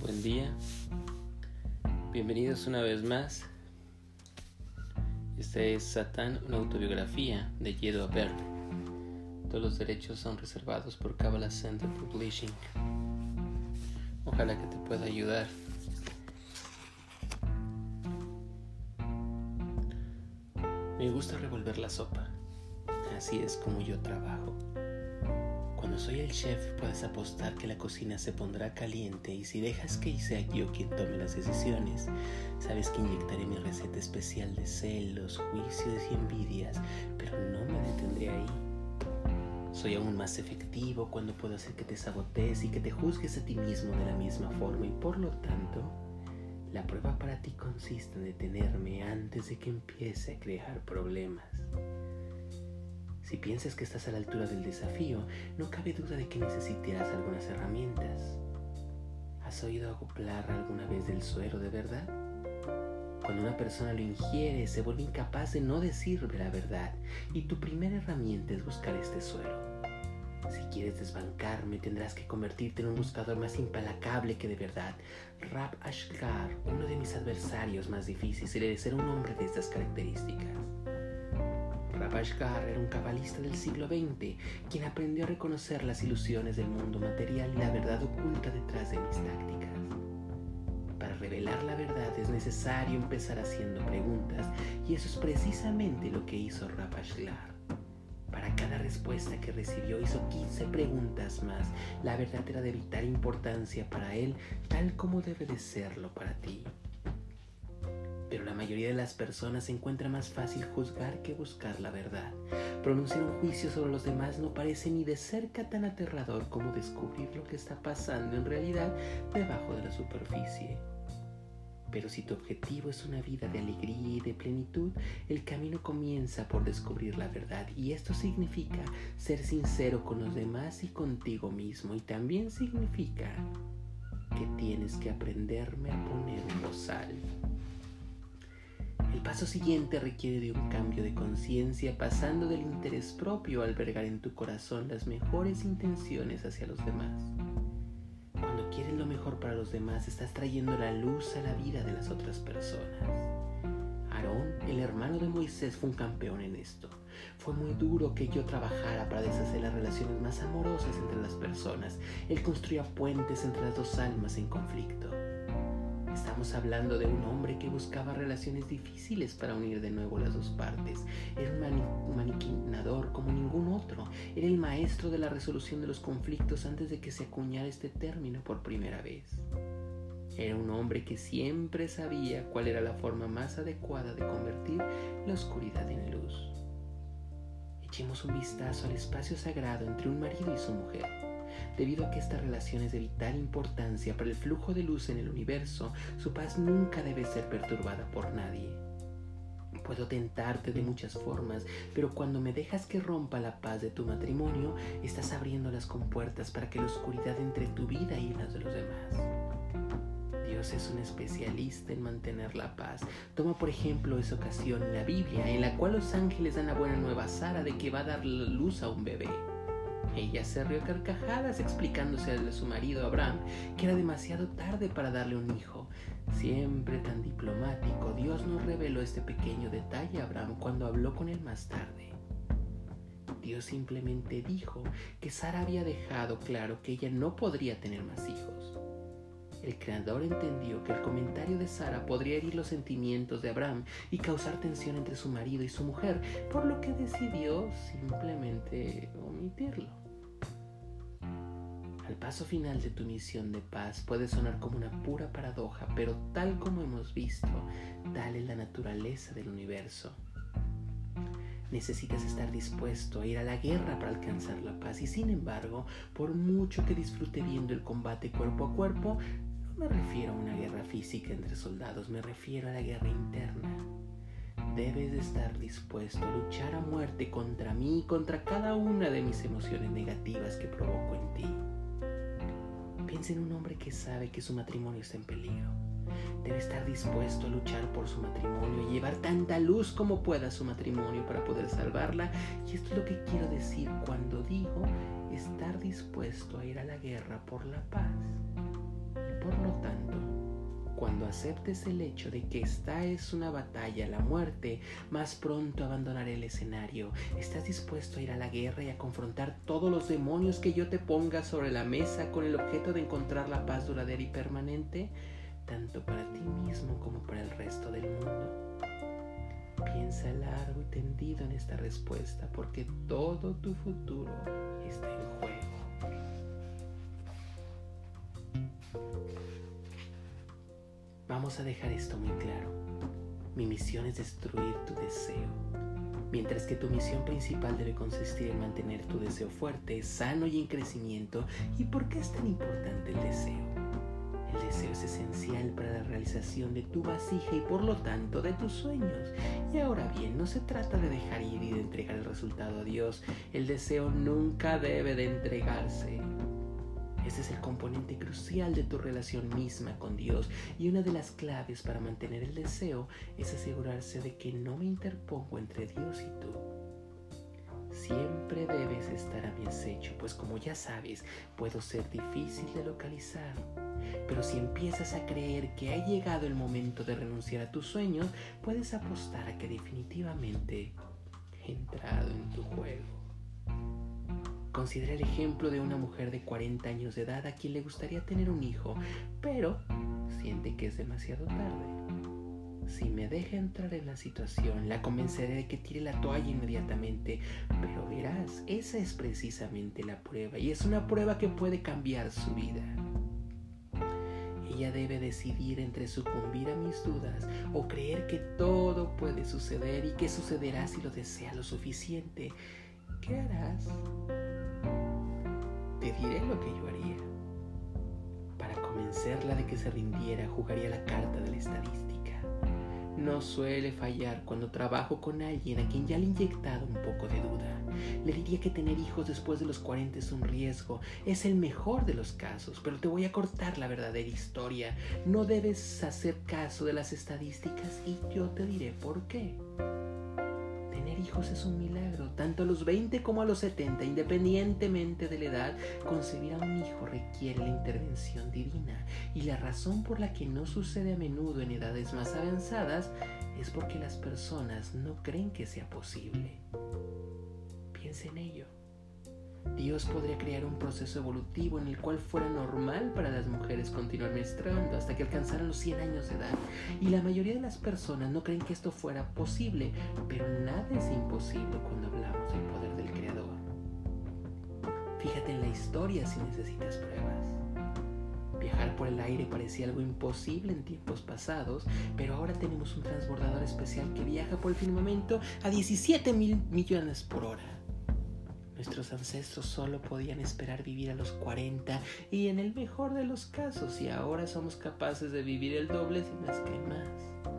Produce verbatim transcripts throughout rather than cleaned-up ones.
Buen día, bienvenidos una vez más. Esta es Satán, una autobiografía de Yedo Aver. Todos los derechos son reservados por Kabbalah Center Publishing. Ojalá que te pueda ayudar. Me gusta revolver la sopa. Así es como yo trabajo. Cuando soy el chef, puedes apostar que la cocina se pondrá caliente, y si dejas que sea yo quien tome las decisiones, sabes que inyectaré mi receta especial de celos, juicios y envidias, pero no me detendré ahí. Soy aún más efectivo cuando puedo hacer que te sabotees y que te juzgues a ti mismo de la misma forma, y por lo tanto, la prueba para ti consiste en detenerme antes de que empiece a crear problemas. Si piensas que estás a la altura del desafío, no cabe duda de que necesitarás algunas herramientas. ¿Has oído acoplar alguna vez del suero de verdad? Cuando una persona lo ingiere, se vuelve incapaz de no decir la verdad, y tu primera herramienta es buscar este suero. Si quieres desbancarme, tendrás que convertirte en un buscador más implacable que de verdad. Rab Ashgar, uno de mis adversarios más difíciles, debe ser un hombre de estas características. Rab Ashgar era un cabalista del siglo veinte, quien aprendió a reconocer las ilusiones del mundo material y la verdad oculta detrás de mis tácticas. Para revelar la verdad es necesario empezar haciendo preguntas, y eso es precisamente lo que hizo Rab Ashgar. Para cada respuesta que recibió hizo quince preguntas más. La verdad era de vital importancia para él, tal como debe de serlo para ti. Pero la mayoría de las personas encuentra más fácil juzgar que buscar la verdad. Pronunciar un juicio sobre los demás no parece ni de cerca tan aterrador como descubrir lo que está pasando en realidad debajo de la superficie. Pero si tu objetivo es una vida de alegría y de plenitud, el camino comienza por descubrir la verdad, y esto significa ser sincero con los demás y contigo mismo, y también significa que tienes que aprenderme a poner un bozal. El paso siguiente requiere de un cambio de conciencia, pasando del interés propio a albergar en tu corazón las mejores intenciones hacia los demás. Cuando quieres lo mejor para los demás, estás trayendo la luz a la vida de las otras personas. Aarón, el hermano de Moisés, fue un campeón en esto. Fue muy duro que yo trabajara para deshacer las relaciones más amorosas entre las personas. Él construía puentes entre las dos almas en conflicto. Estamos hablando de un hombre que buscaba relaciones difíciles para unir de nuevo las dos partes. Era un, mani- un maniquinador como ningún otro. Era el maestro de la resolución de los conflictos antes de que se acuñara este término por primera vez. Era un hombre que siempre sabía cuál era la forma más adecuada de convertir la oscuridad en luz. Echemos un vistazo al espacio sagrado entre un marido y su mujer. Debido a que esta relación es de vital importancia para el flujo de luz en el universo, su paz nunca debe ser perturbada por nadie. Puedo tentarte de muchas formas, pero cuando me dejas que rompa la paz de tu matrimonio, estás abriendo las compuertas para que la oscuridad entre tu vida y las de los demás. Dios es un especialista en mantener la paz. Toma por ejemplo esa ocasión en la Biblia, en la cual los ángeles dan la buena nueva a Sara de que va a dar luz a un bebé. Ella se rió a carcajadas explicándose a su marido Abraham que era demasiado tarde para darle un hijo. Siempre tan diplomático, Dios nos reveló este pequeño detalle a Abraham cuando habló con él más tarde. Dios simplemente dijo que Sara había dejado claro que ella no podría tener más hijos. El Creador entendió que el comentario de Sara podría herir los sentimientos de Abraham y causar tensión entre su marido y su mujer, por lo que decidió simplemente omitirlo. Al paso final de tu misión de paz puede sonar como una pura paradoja, pero tal como hemos visto, tal es la naturaleza del universo. Necesitas estar dispuesto a ir a la guerra para alcanzar la paz, y sin embargo, por mucho que disfrute viendo el combate cuerpo a cuerpo, no me refiero a una guerra física entre soldados, me refiero a la guerra interna. Debes de estar dispuesto a luchar a muerte contra mí y contra cada una de mis emociones negativas que provoco en ti. Piensa en un hombre que sabe que su matrimonio está en peligro. Debe estar dispuesto a luchar por su matrimonio y llevar tanta luz como pueda a su matrimonio para poder salvarla. Y esto es lo que quiero decir cuando digo estar dispuesto a ir a la guerra por la paz. Y por lo tanto, cuando aceptes el hecho de que esta es una batalla, la muerte, más pronto abandonaré el escenario. ¿Estás dispuesto a ir a la guerra y a confrontar todos los demonios que yo te ponga sobre la mesa con el objeto de encontrar la paz duradera y permanente, tanto para ti mismo como para el resto del mundo? Piensa largo y tendido en esta respuesta, porque todo tu futuro está en juego. Vamos a dejar esto muy claro. Mi misión es destruir tu deseo, mientras que tu misión principal debe consistir en mantener tu deseo fuerte, sano y en crecimiento. ¿Y por qué es tan importante el deseo? El deseo es esencial para la realización de tu vasija y por lo tanto de tus sueños. Y ahora bien, no se trata de dejar ir y de entregar el resultado a Dios. El deseo nunca debe de entregarse. Ese es el componente crucial de tu relación misma con Dios, y una de las claves para mantener el deseo es asegurarse de que no me interpongo entre Dios y tú. Siempre debes estar a mi acecho, pues como ya sabes, puedo ser difícil de localizar. Pero si empiezas a creer que ha llegado el momento de renunciar a tus sueños, puedes apostar a que definitivamente he entrado en tu juego. Considera el ejemplo de una mujer de cuarenta años de edad a quien le gustaría tener un hijo, pero siente que es demasiado tarde. Si me deja entrar en la situación, la convenceré de que tire la toalla inmediatamente, pero verás, esa es precisamente la prueba, y es una prueba que puede cambiar su vida. Ella debe decidir entre sucumbir a mis dudas o creer que todo puede suceder y que sucederá si lo desea lo suficiente. ¿Qué harás? Te diré lo que yo haría. Para convencerla de que se rindiera, jugaría la carta de la estadística. No suele fallar cuando trabajo con alguien a quien ya le he inyectado un poco de duda. Le diría que tener hijos después de los cuarenta es un riesgo. Es el mejor de los casos, pero te voy a cortar la verdadera historia. No debes hacer caso de las estadísticas y yo te diré por qué. Tener hijos es un milagro, tanto a los veinte como a los setenta, independientemente de la edad. Concebir a un hijo requiere la intervención divina, y la razón por la que no sucede a menudo en edades más avanzadas es porque las personas no creen que sea posible. Piensa en ello. Dios podría crear un proceso evolutivo en el cual fuera normal para las mujeres continuar menstruando hasta que alcanzaran los cien años de edad, y la mayoría de las personas no creen que esto fuera posible, pero nada es imposible cuando hablamos del poder del Creador. Fíjate en la historia si necesitas pruebas. Viajar por el aire parecía algo imposible en tiempos pasados, pero ahora tenemos un transbordador especial que viaja por el firmamento a diecisiete mil millones por hora. Nuestros ancestros solo podían esperar vivir a los cuarenta y en el mejor de los casos, y ahora somos capaces de vivir el doble si más que más.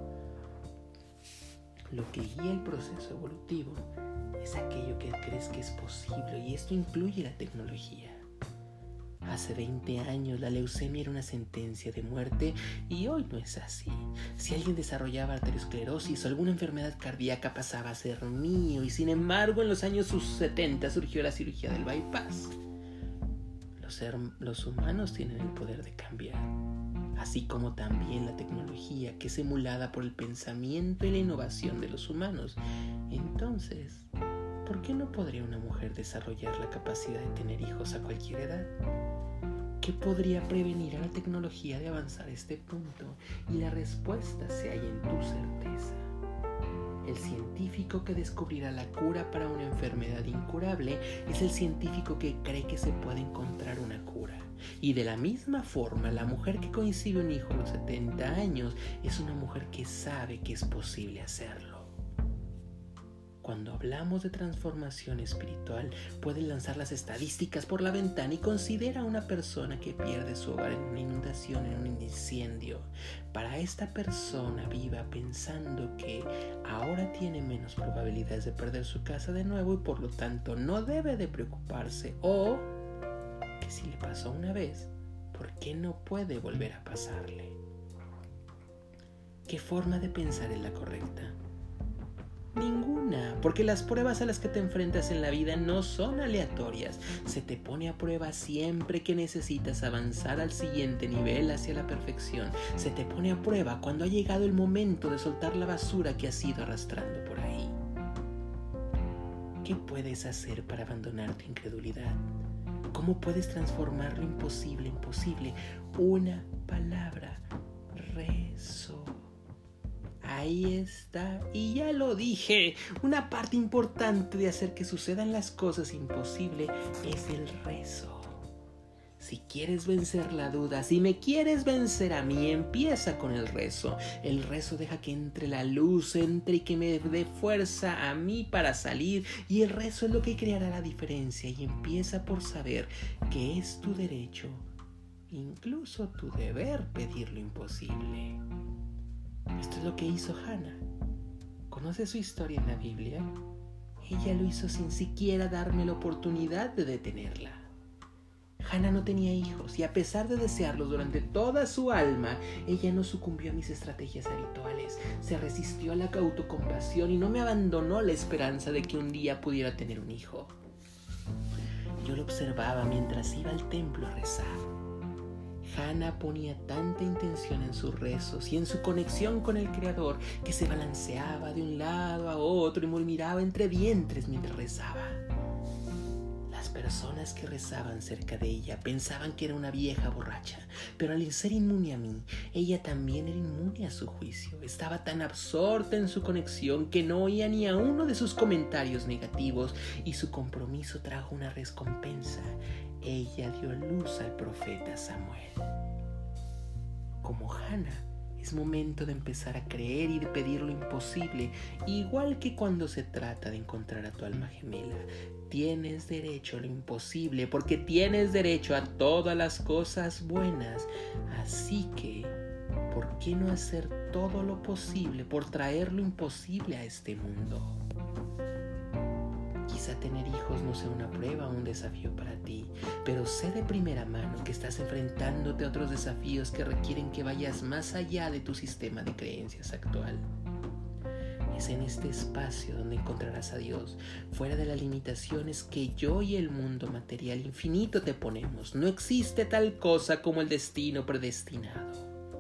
Lo que guía el proceso evolutivo es aquello que crees que es posible, y esto incluye la tecnología. Hace veinte años la leucemia era una sentencia de muerte y hoy no es así. Si alguien desarrollaba arteriosclerosis o alguna enfermedad cardíaca pasaba a ser mío, y sin embargo en los años setenta surgió la cirugía del bypass. Los, her- los humanos tienen el poder de cambiar, así como también la tecnología, que es emulada por el pensamiento y la innovación de los humanos. Entonces, ¿por qué no podría una mujer desarrollar la capacidad de tener hijos a cualquier edad? ¿Qué podría prevenir a la tecnología de avanzar a este punto? Y la respuesta se halla en tu certeza. El científico que descubrirá la cura para una enfermedad incurable es el científico que cree que se puede encontrar una cura. Y de la misma forma, la mujer que concibe un hijo a los setenta años es una mujer que sabe que es posible hacerlo. Cuando hablamos de transformación espiritual, puedes lanzar las estadísticas por la ventana y considera a una persona que pierde su hogar en una inundación, en un incendio. Para esta persona viva pensando que ahora tiene menos probabilidades de perder su casa de nuevo y por lo tanto no debe de preocuparse, o que si le pasó una vez, ¿por qué no puede volver a pasarle? ¿Qué forma de pensar es la correcta? Ninguna, porque las pruebas a las que te enfrentas en la vida no son aleatorias. Se te pone a prueba siempre que necesitas avanzar al siguiente nivel hacia la perfección. Se te pone a prueba cuando ha llegado el momento de soltar la basura que has ido arrastrando por ahí. ¿Qué puedes hacer para abandonar tu incredulidad? ¿Cómo puedes transformar lo imposible en posible? Una palabra: rezo. Ahí está, y ya lo dije, una parte importante de hacer que sucedan las cosas imposibles es el rezo. Si quieres vencer la duda, si me quieres vencer a mí, empieza con el rezo. El rezo deja que entre la luz, entre y que me dé fuerza a mí para salir. Y el rezo es lo que creará la diferencia. Y empieza por saber que es tu derecho, incluso tu deber, pedir lo imposible. Esto es lo que hizo Hannah. ¿Conoces su historia en la Biblia? Ella lo hizo sin siquiera darme la oportunidad de detenerla. Hannah no tenía hijos y a pesar de desearlos durante toda su alma, ella no sucumbió a mis estrategias habituales. Se resistió a la autocompasión y no me abandonó la esperanza de que un día pudiera tener un hijo. Yo lo observaba mientras iba al templo a rezar. Hannah ponía tanta intención en sus rezos y en su conexión con el Creador que se balanceaba de un lado a otro y murmuraba entre vientres mientras rezaba. Las personas que rezaban cerca de ella pensaban que era una vieja borracha, pero al ser inmune a mí, ella también era inmune a su juicio. Estaba tan absorta en su conexión que no oía ni a uno de sus comentarios negativos y su compromiso trajo una recompensa. Ella dio luz al profeta Samuel. Como Hannah, es momento de empezar a creer y de pedir lo imposible, igual que cuando se trata de encontrar a tu alma gemela. Tienes derecho a lo imposible porque tienes derecho a todas las cosas buenas. Así que, ¿por qué no hacer todo lo posible por traer lo imposible a este mundo? Quizá tener hijos no sea una prueba o un desafío para ti, pero sé de primera mano que estás enfrentándote a otros desafíos que requieren que vayas más allá de tu sistema de creencias actual. Es en este espacio donde encontrarás a Dios, fuera de las limitaciones que yo y el mundo material infinito te ponemos. No existe tal cosa como el destino predestinado.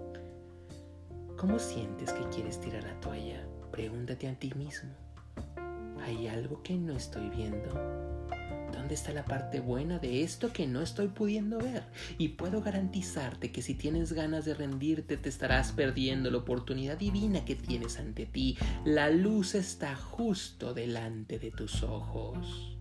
¿Cómo sientes que quieres tirar la toalla? Pregúntate a ti mismo. ¿Hay algo que no estoy viendo? ¿Dónde está la parte buena de esto que no estoy pudiendo ver? Y puedo garantizarte que si tienes ganas de rendirte, te estarás perdiendo la oportunidad divina que tienes ante ti. La luz está justo delante de tus ojos.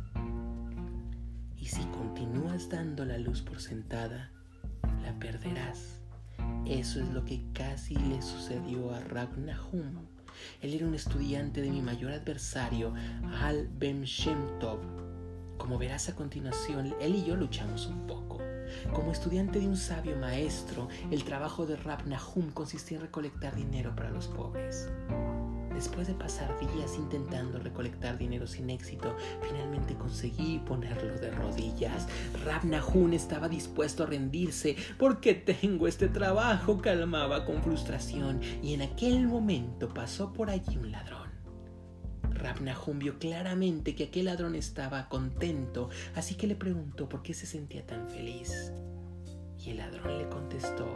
Y si continúas dando la luz por sentada, la perderás. Eso es lo que casi le sucedió a Rab Nahum. Él era un estudiante de mi mayor adversario, Al Ben Shem Tov. Como verás a continuación, él y yo luchamos un poco. Como estudiante de un sabio maestro, el trabajo de Rab Nahum consistía en recolectar dinero para los pobres. Después de pasar días intentando recolectar dinero sin éxito, finalmente conseguí ponerlo de rodillas. Rab Nahum estaba dispuesto a rendirse. «Porque tengo este trabajo», calmaba con frustración, y en aquel momento pasó por allí un ladrón. Rab Nahum vio claramente que aquel ladrón estaba contento, así que le preguntó por qué se sentía tan feliz. Y el ladrón le contestó: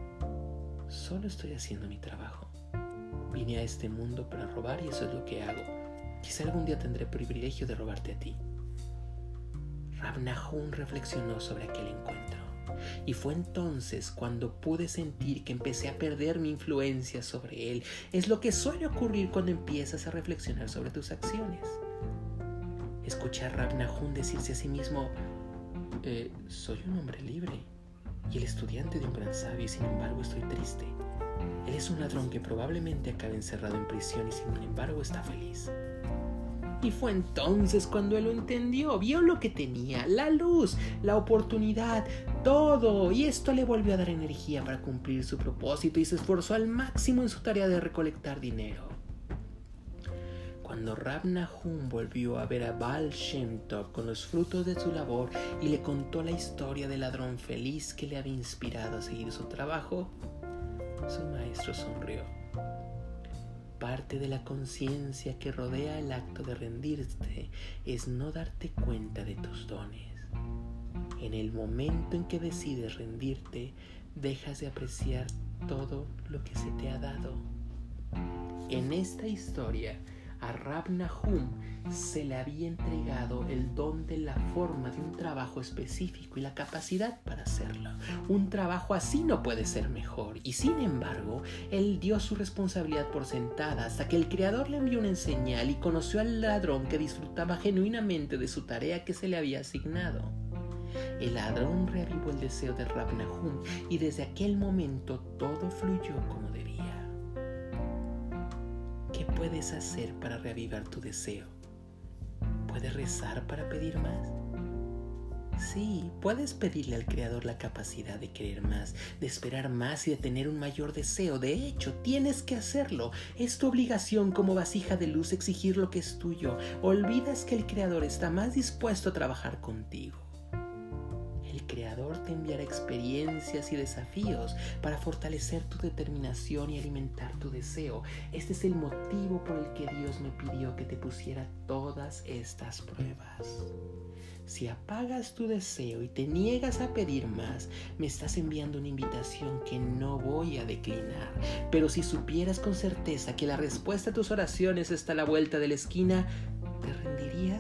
«Solo estoy haciendo mi trabajo. Vine a este mundo para robar y eso es lo que hago. Quizá algún día tendré el privilegio de robarte a ti». Rab Nahum reflexionó sobre aquel encuentro. Y fue entonces cuando pude sentir que empecé a perder mi influencia sobre él. Es lo que suele ocurrir cuando empiezas a reflexionar sobre tus acciones. Escuché a Rab Nahum decirse a sí mismo: eh, soy un hombre libre y el estudiante de un gran sabio, y sin embargo estoy triste. Él es un ladrón que probablemente acabe encerrado en prisión y sin embargo está feliz. Y fue entonces cuando él lo entendió, vio lo que tenía, la luz, la oportunidad, todo, y esto le volvió a dar energía para cumplir su propósito y se esforzó al máximo en su tarea de recolectar dinero. Cuando Rab Nahum volvió a ver a Baal Shem Tov con los frutos de su labor y le contó la historia del ladrón feliz que le había inspirado a seguir su trabajo, su maestro sonrió. Parte de la conciencia que rodea el acto de rendirte es no darte cuenta de tus dones. En el momento en que decides rendirte, dejas de apreciar todo lo que se te ha dado. En esta historia, a Rab Nahum se le había entregado el don de la forma de un trabajo específico y la capacidad para hacerlo. Un trabajo así no puede ser mejor, y sin embargo, él dio su responsabilidad por sentada hasta que el Creador le envió una señal y conoció al ladrón que disfrutaba genuinamente de su tarea que se le había asignado. El ladrón reavivó el deseo de Rab Nahum y desde aquel momento todo fluyó como debía. ¿Qué puedes hacer para reavivar tu deseo? ¿Puedes rezar para pedir más? Sí, puedes pedirle al Creador la capacidad de querer más, de esperar más y de tener un mayor deseo. De hecho, tienes que hacerlo. Es tu obligación como vasija de luz exigir lo que es tuyo. Olvidas que el Creador está más dispuesto a trabajar contigo. El Creador te enviará experiencias y desafíos para fortalecer tu determinación y alimentar tu deseo. Este es el motivo por el que Dios me pidió que te pusiera todas estas pruebas. Si apagas tu deseo y te niegas a pedir más, me estás enviando una invitación que no voy a declinar. Pero si supieras con certeza que la respuesta a tus oraciones está a la vuelta de la esquina, ¿te rendirías?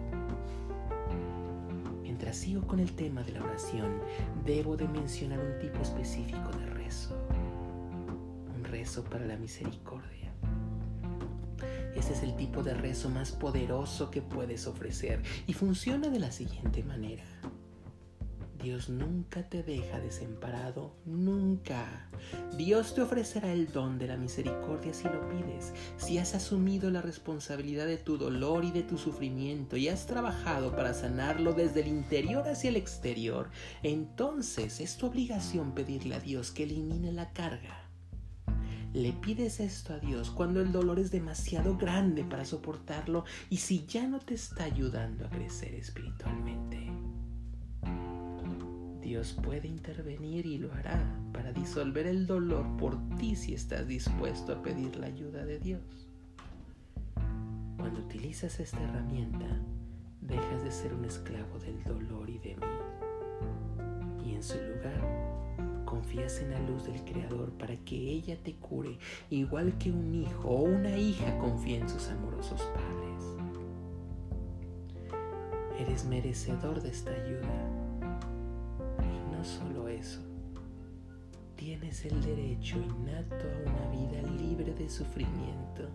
Mientras sigo con el tema de la oración, debo de mencionar un tipo específico de rezo. Un rezo para la misericordia. Este es el tipo de rezo más poderoso que puedes ofrecer y funciona de la siguiente manera. Dios nunca te deja desamparado, nunca. Dios te ofrecerá el don de la misericordia si lo pides. Si has asumido la responsabilidad de tu dolor y de tu sufrimiento y has trabajado para sanarlo desde el interior hacia el exterior, entonces es tu obligación pedirle a Dios que elimine la carga. Le pides esto a Dios cuando el dolor es demasiado grande para soportarlo y si ya no te está ayudando a crecer espiritualmente. Dios puede intervenir y lo hará para disolver el dolor por ti si estás dispuesto a pedir la ayuda de Dios. Cuando utilizas esta herramienta, dejas de ser un esclavo del dolor y de mí. Y en su lugar, confías en la luz del Creador para que ella te cure, igual que un hijo o una hija confía en sus amorosos padres. Eres merecedor de esta ayuda. No solo eso, tienes el derecho innato a una vida libre de sufrimiento.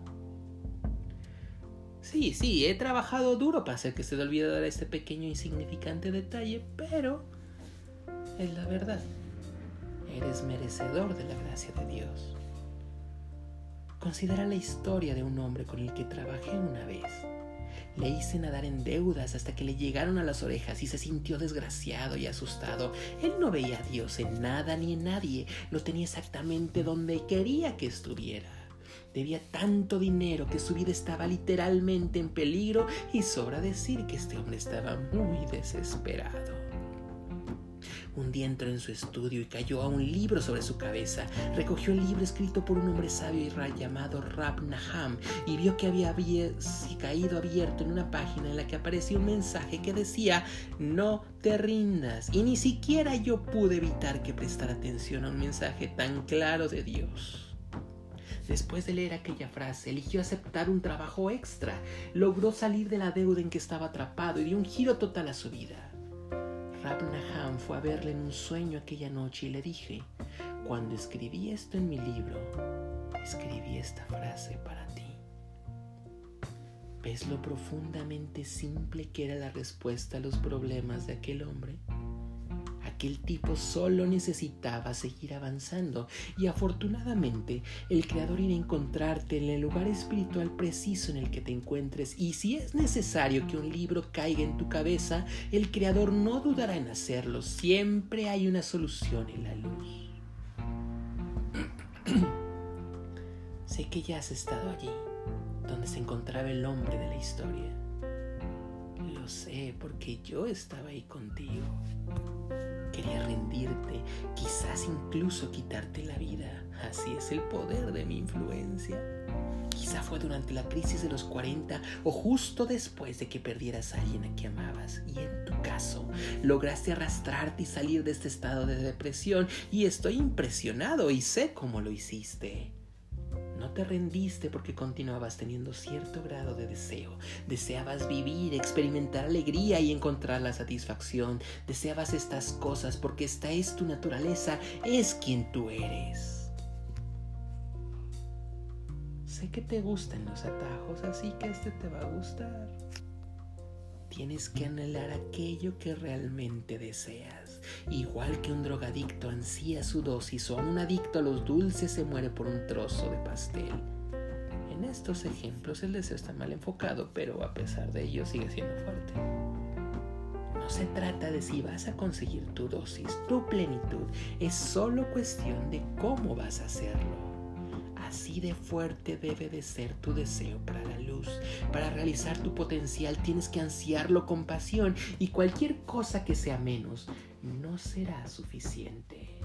Sí, sí, he trabajado duro para hacer que se te olvidara este pequeño e insignificante detalle, pero es la verdad. Eres merecedor de la gracia de Dios. Considera la historia de un hombre con el que trabajé una vez. Le hice nadar en deudas hasta que le llegaron a las orejas y se sintió desgraciado y asustado. Él no veía a Dios en nada ni en nadie. Lo tenía exactamente donde quería que estuviera. Debía tanto dinero que su vida estaba literalmente en peligro y sobra decir que este hombre estaba muy desesperado. Un día entró en su estudio y cayó a un libro sobre su cabeza. Recogió el libro escrito por un hombre sabio y llamado Rab Nahum y vio que había, había caído abierto en una página en la que aparecía un mensaje que decía: no te rindas. Y ni siquiera yo pude evitar que prestara atención a un mensaje tan claro de Dios. Después de leer aquella frase, eligió aceptar un trabajo extra. Logró salir de la deuda en que estaba atrapado y dio un giro total a su vida. Rab Nahum fue a verle en un sueño aquella noche y le dije: cuando escribí esto en mi libro, escribí esta frase para ti. ¿Ves lo profundamente simple que era la respuesta a los problemas de aquel hombre? Aquel tipo solo necesitaba seguir avanzando y afortunadamente el Creador irá a encontrarte en el lugar espiritual preciso en el que te encuentres, y si es necesario que un libro caiga en tu cabeza, el Creador no dudará en hacerlo. Siempre hay una solución en la luz. Sé que ya has estado allí, donde se encontraba el hombre de la historia. Lo sé porque yo estaba ahí contigo. Quería rendirte, quizás incluso quitarte la vida. Así es el poder de mi influencia. Quizá fue durante la crisis de los cuarenta o justo después de que perdieras a alguien a quien amabas. Y en tu caso, lograste arrastrarte y salir de este estado de depresión. Y estoy impresionado y sé cómo lo hiciste. No te rendiste porque continuabas teniendo cierto grado de deseo. Deseabas vivir, experimentar alegría y encontrar la satisfacción. Deseabas estas cosas porque esta es tu naturaleza, es quien tú eres. Sé que te gustan los atajos, así que este te va a gustar. Tienes que anhelar aquello que realmente deseas. Igual que un drogadicto ansía su dosis o un adicto a los dulces se muere por un trozo de pastel. En estos ejemplos el deseo está mal enfocado, pero a pesar de ello sigue siendo fuerte. No se trata de si vas a conseguir tu dosis, tu plenitud. Es solo cuestión de cómo vas a hacerlo. Así de fuerte debe de ser tu deseo para la luz. Para realizar tu potencial tienes que ansiarlo con pasión y cualquier cosa que sea menos no será suficiente.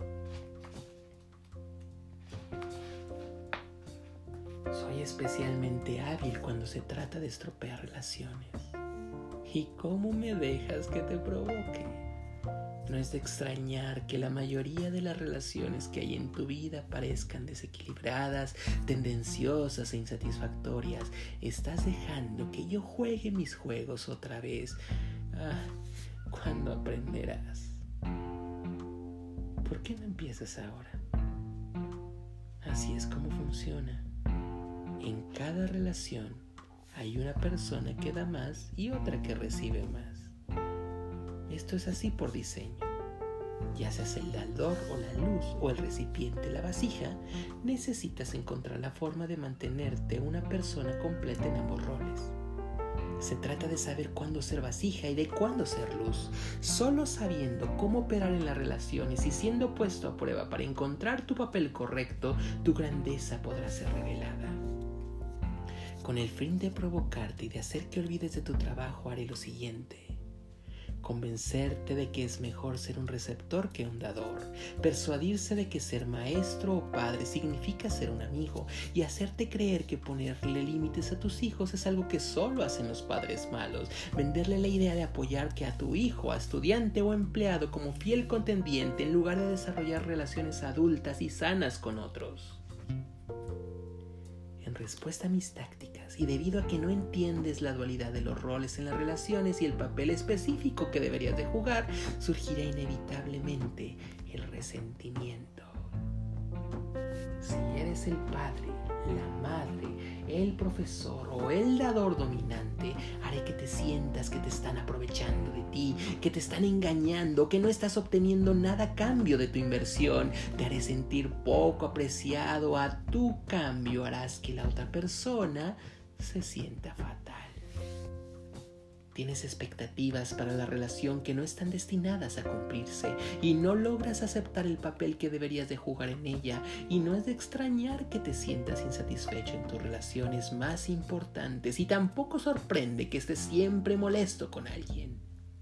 Soy especialmente hábil cuando se trata de estropear relaciones. ¿Y cómo me dejas que te provoque? No es de extrañar que la mayoría de las relaciones que hay en tu vida parezcan desequilibradas, tendenciosas e insatisfactorias. Estás dejando que yo juegue mis juegos otra vez. Ah, ¿cuándo aprenderás? ¿Por qué no empiezas ahora? Así es como funciona. En cada relación hay una persona que da más y otra que recibe más. Esto es así por diseño. Ya seas el dador o la luz o el recipiente, la vasija, necesitas encontrar la forma de mantenerte una persona completa en ambos roles. Se trata de saber cuándo ser vasija y de cuándo ser luz. Solo sabiendo cómo operar en las relaciones y siendo puesto a prueba para encontrar tu papel correcto, tu grandeza podrá ser revelada. Con el fin de provocarte y de hacer que olvides de tu trabajo, haré lo siguiente. Convencerte de que es mejor ser un receptor que un dador, persuadirse de que ser maestro o padre significa ser un amigo y hacerte creer que ponerle límites a tus hijos es algo que solo hacen los padres malos, venderle la idea de apoyar que a tu hijo, a estudiante o empleado como fiel contendiente en lugar de desarrollar relaciones adultas y sanas con otros. En respuesta a mis tácticas y debido a que no entiendes la dualidad de los roles en las relaciones y el papel específico que deberías de jugar, surgirá inevitablemente el resentimiento. Si eres el padre, la madre, el profesor o el dador dominante, haré que te sientas que te están aprovechando de ti, que te están engañando, que no estás obteniendo nada a cambio de tu inversión. Te haré sentir poco apreciado. A tu cambio harás que la otra persona se sienta fatal. Tienes expectativas para la relación que no están destinadas a cumplirse y no logras aceptar el papel que deberías de jugar en ella, y no es de extrañar que te sientas insatisfecho en tus relaciones más importantes, y tampoco sorprende que estés siempre molesto con alguien.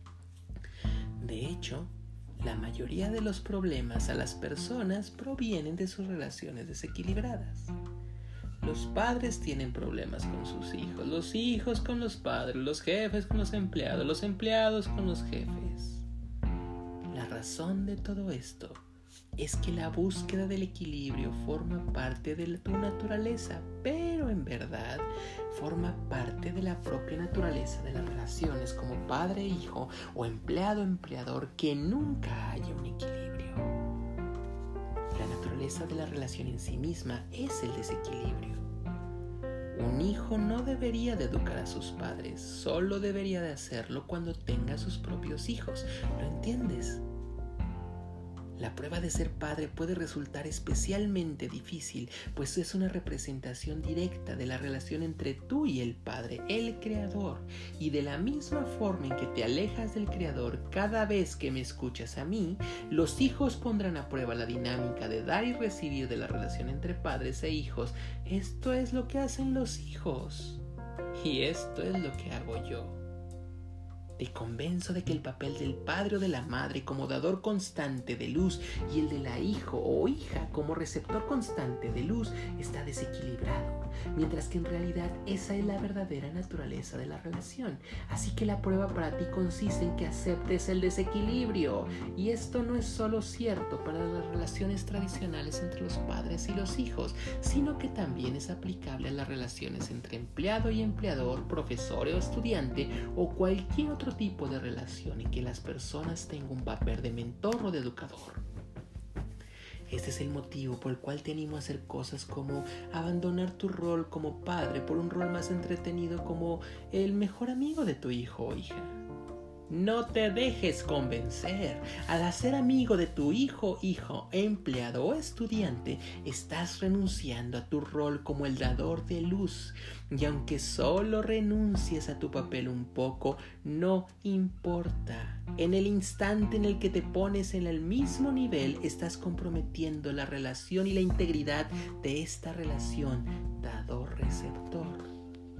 De hecho, la mayoría de los problemas a las personas provienen de sus relaciones desequilibradas. Los padres tienen problemas con sus hijos, los hijos con los padres, los jefes con los empleados, los empleados con los jefes. La razón de todo esto es que la búsqueda del equilibrio forma parte de tu naturaleza, pero en verdad forma parte de la propia naturaleza de las relaciones como padre-hijo o empleado-empleador, que nunca haya un equilibrio. La naturaleza de la relación en sí misma es el desequilibrio. Un hijo no debería de educar a sus padres, solo debería de hacerlo cuando tenga sus propios hijos. ¿Lo entiendes? La prueba de ser padre puede resultar especialmente difícil, pues es una representación directa de la relación entre tú y el Padre, el Creador. Y de la misma forma en que te alejas del Creador cada vez que me escuchas a mí, los hijos pondrán a prueba la dinámica de dar y recibir de la relación entre padres e hijos. Esto es lo que hacen los hijos, y esto es lo que hago yo. Te convenzo de que el papel del padre o de la madre como dador constante de luz y el de la hijo o hija como receptor constante de luz está desequilibrado, mientras que en realidad esa es la verdadera naturaleza de la relación. Así que la prueba para ti consiste en que aceptes el desequilibrio. Y esto no es solo cierto para las relaciones tradicionales entre los padres y los hijos, sino que también es aplicable a las relaciones entre empleado y empleador, profesor o estudiante o cualquier otro tipo de relación en que las personas tengan un papel de mentor o de educador. Este es el motivo por el cual te animo a hacer cosas como abandonar tu rol como padre por un rol más entretenido como el mejor amigo de tu hijo o hija. No te dejes convencer. Al hacer amigo de tu hijo, hijo, empleado o estudiante, estás renunciando a tu rol como el dador de luz. Y aunque solo renuncies a tu papel un poco, no importa. En el instante en el que te pones en el mismo nivel, estás comprometiendo la relación y la integridad de esta relación dador-receptor.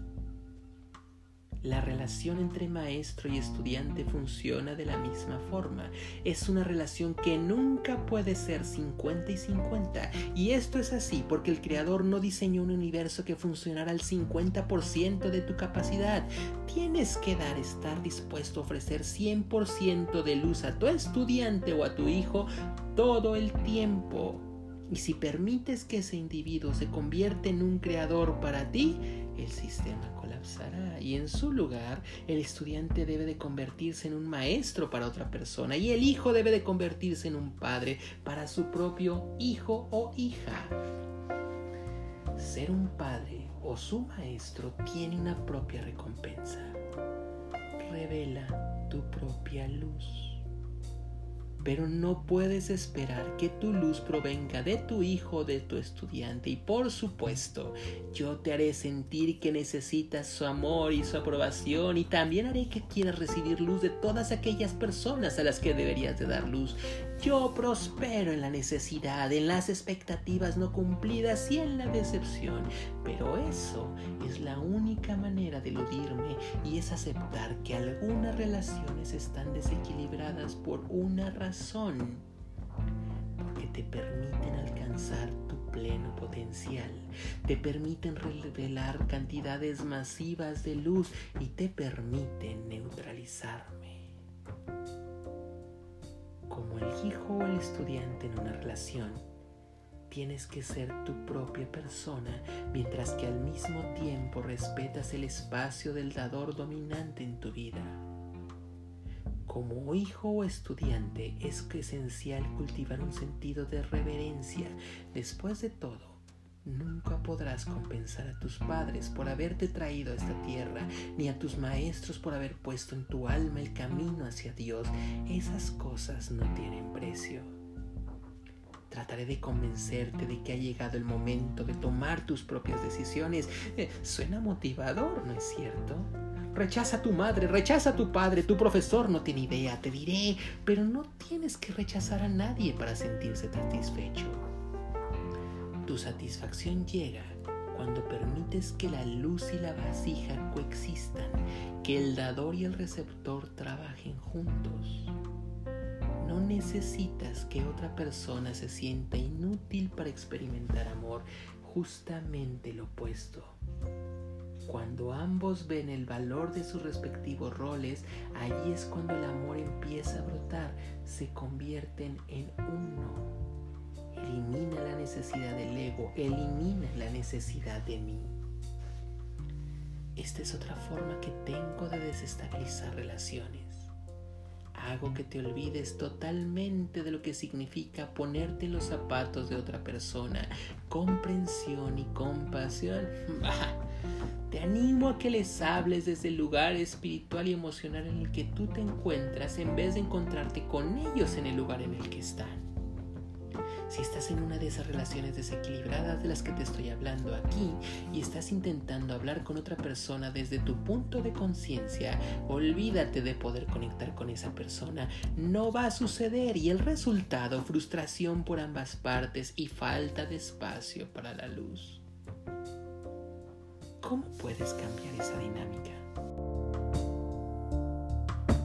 La relación entre maestro y estudiante funciona de la misma forma. Es una relación que nunca puede ser cincuenta y cincuenta. Y esto es así porque el creador no diseñó un universo que funcionara al cincuenta por ciento de tu capacidad. Tienes que dar, estar dispuesto a ofrecer cien por ciento de luz a tu estudiante o a tu hijo todo el tiempo. Y si permites que ese individuo se convierta en un creador para ti, el sistema colapsará y en su lugar el estudiante debe de convertirse en un maestro para otra persona y el hijo debe de convertirse en un padre para su propio hijo o hija. Ser un padre o su maestro tiene una propia recompensa. Revela tu propia luz. Pero no puedes esperar que tu luz provenga de tu hijo o de tu estudiante. Y por supuesto, yo te haré sentir que necesitas su amor y su aprobación. Y también haré que quieras recibir luz de todas aquellas personas a las que deberías de dar luz. Yo prospero en la necesidad, en las expectativas no cumplidas y en la decepción. Pero eso es la única manera de eludirme y es aceptar que algunas relaciones están desequilibradas por una razón. Porque te permiten alcanzar tu pleno potencial, te permiten revelar cantidades masivas de luz y te permiten neutralizarme. Como el hijo o el estudiante en una relación, tienes que ser tu propia persona, mientras que al mismo tiempo respetas el espacio del dador dominante en tu vida. Como hijo o estudiante, es esencial cultivar un sentido de reverencia. Después de todo, nunca podrás compensar a tus padres por haberte traído a esta tierra, ni a tus maestros por haber puesto en tu alma el camino hacia Dios. Esas cosas no tienen precio. Trataré de convencerte de que ha llegado el momento de tomar tus propias decisiones. Eh, suena motivador, ¿no es cierto? Rechaza a tu madre, rechaza a tu padre, tu profesor no tiene idea, te diré, pero no tienes que rechazar a nadie para sentirse satisfecho. Tu satisfacción llega cuando permites que la luz y la vasija coexistan, que el dador y el receptor trabajen juntos. No necesitas que otra persona se sienta inútil para experimentar amor, justamente lo opuesto. Cuando ambos ven el valor de sus respectivos roles, allí es cuando el amor empieza a brotar, se convierten en uno. Elimina la necesidad del ego, elimina la necesidad de mí. Esta es otra forma que tengo de desestabilizar relaciones. Hago que te olvides totalmente de lo que significa ponerte en los zapatos de otra persona. Comprensión y compasión. Bah, te animo a que les hables desde el lugar espiritual y emocional en el que tú te encuentras en vez de encontrarte con ellos en el lugar en el que están. Si estás en una de esas relaciones desequilibradas de las que te estoy hablando aquí y estás intentando hablar con otra persona desde tu punto de conciencia, olvídate de poder conectar con esa persona. No va a suceder y el resultado, frustración por ambas partes y falta de espacio para la luz. ¿Cómo puedes cambiar esa dinámica?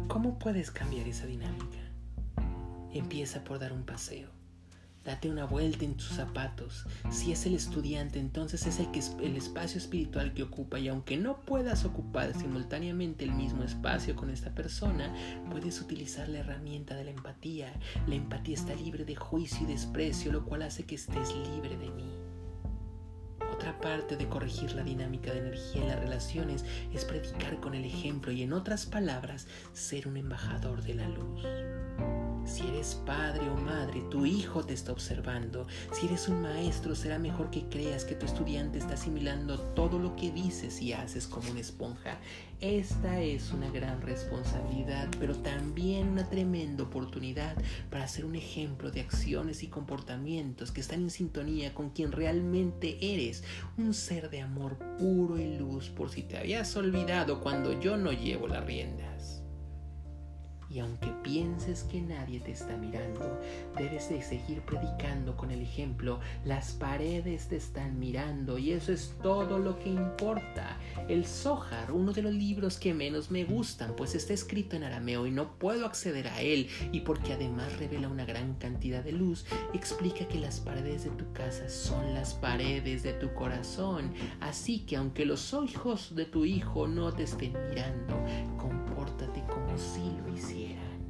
¿Cómo puedes cambiar esa dinámica? Empieza por dar un paseo. Date una vuelta en tus zapatos. Si es el estudiante, entonces es el, que, el espacio espiritual que ocupa, y aunque no puedas ocupar simultáneamente el mismo espacio con esta persona, puedes utilizar la herramienta de la empatía. La empatía está libre de juicio y desprecio, lo cual hace que estés libre de mí. Otra parte de corregir la dinámica de energía en las relaciones es predicar con el ejemplo y, en otras palabras, ser un embajador de la luz. Si eres padre o madre, tu hijo te está observando. Si eres un maestro, será mejor que creas que tu estudiante está asimilando todo lo que dices y haces como una esponja. Esta es una gran responsabilidad, pero también una tremenda oportunidad para ser un ejemplo de acciones y comportamientos que están en sintonía con quien realmente eres, un ser de amor puro y luz, por si te habías olvidado cuando yo no llevo las riendas. Y aunque pienses que nadie te está mirando, debes de seguir predicando con el ejemplo. Las paredes te están mirando y eso es todo lo que importa. El Zohar, uno de los libros que menos me gustan, pues está escrito en arameo y no puedo acceder a él, y porque además revela una gran cantidad de luz, explica que las paredes de tu casa son las paredes de tu corazón. Así que aunque los ojos de tu hijo no te estén mirando, compórtate como si lo hicieran.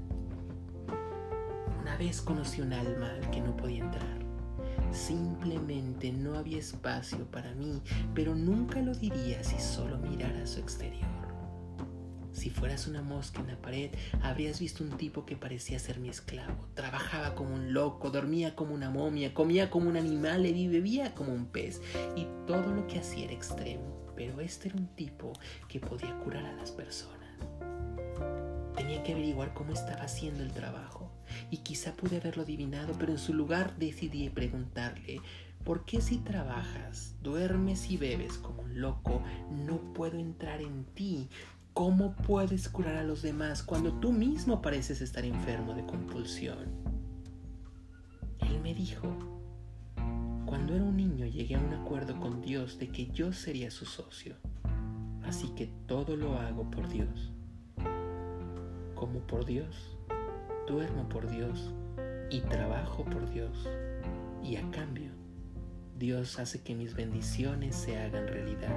Una vez conocí un alma al que no podía entrar. Simplemente no había espacio para mí, pero nunca lo diría si solo mirara su exterior. Si fueras una mosca en la pared, habrías visto un tipo que parecía ser mi esclavo. Trabajaba como un loco, dormía como una momia, comía como un animal y bebía como un pez. Y todo lo que hacía era extremo, pero este era un tipo que podía curar a las personas. Tenía que averiguar cómo estaba haciendo el trabajo, y quizá pude haberlo adivinado, pero en su lugar decidí preguntarle: ¿por qué si trabajas, duermes y bebes como un loco, no puedo entrar en ti? ¿Cómo puedes curar a los demás cuando tú mismo pareces estar enfermo de compulsión? Él me dijo: cuando era un niño llegué a un acuerdo con Dios de que yo sería su socio, así que todo lo hago por Dios. Como por Dios, duermo por Dios y trabajo por Dios, y a cambio, Dios hace que mis bendiciones se hagan realidad.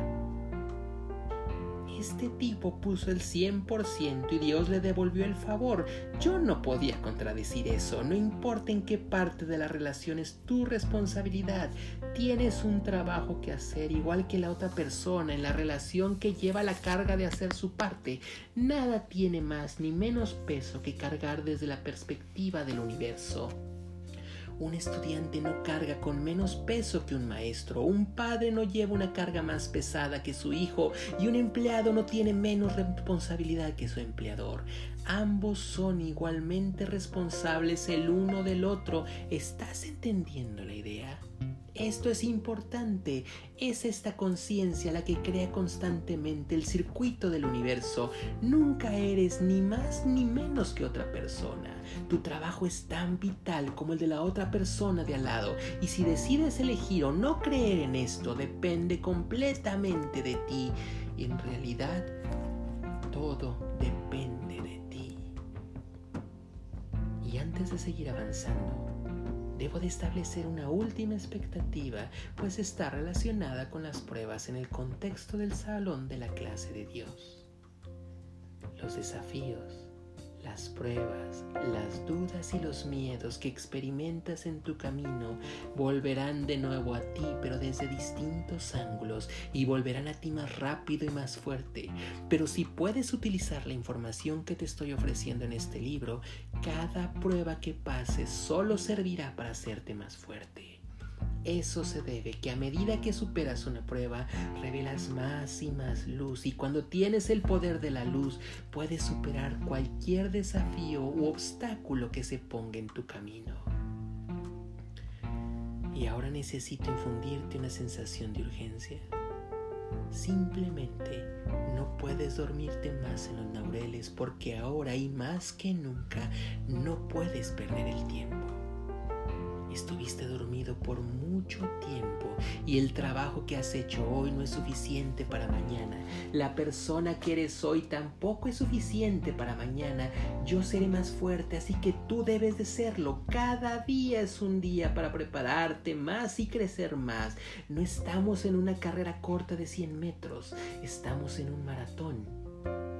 Este tipo puso el cien por ciento y Dios le devolvió el favor. Yo no podía contradecir eso. No importa en qué parte de la relación es tu responsabilidad. Tienes un trabajo que hacer, igual que la otra persona en la relación que lleva la carga de hacer su parte. Nada tiene más ni menos peso que cargar desde la perspectiva del universo. Un estudiante no carga con menos peso que un maestro, un padre no lleva una carga más pesada que su hijo, y un empleado no tiene menos responsabilidad que su empleador. Ambos son igualmente responsables el uno del otro. ¿Estás entendiendo la idea? Esto es importante. Es esta conciencia la que crea constantemente el circuito del universo. Nunca eres ni más ni menos que otra persona. Tu trabajo es tan vital como el de la otra persona de al lado, y si decides elegir o no creer en esto depende completamente de ti. Y en realidad todo depende de ti. Y antes de seguir avanzando, debo de establecer una última expectativa, pues está relacionada con las pruebas en el contexto del salón de la clase de Dios. Los desafíos, las pruebas, las dudas y los miedos que experimentas en tu camino volverán de nuevo a ti, pero desde distintos ángulos, y volverán a ti más rápido y más fuerte. Pero si puedes utilizar la información que te estoy ofreciendo en este libro, cada prueba que pases solo servirá para hacerte más fuerte. Eso se debe que a medida que superas una prueba, revelas más y más luz, y cuando tienes el poder de la luz, puedes superar cualquier desafío u obstáculo que se ponga en tu camino. Y ahora necesito infundirte una sensación de urgencia. Simplemente no puedes dormirte más en los laureles, porque ahora y más que nunca no puedes perder el tiempo. Estuviste dormido por mucho tiempo y el trabajo que has hecho hoy no es suficiente para mañana. La persona que eres hoy tampoco es suficiente para mañana. Yo seré más fuerte, así que tú debes de serlo. Cada día es un día para prepararte más y crecer más. No estamos en una carrera corta de cien metros, estamos en un maratón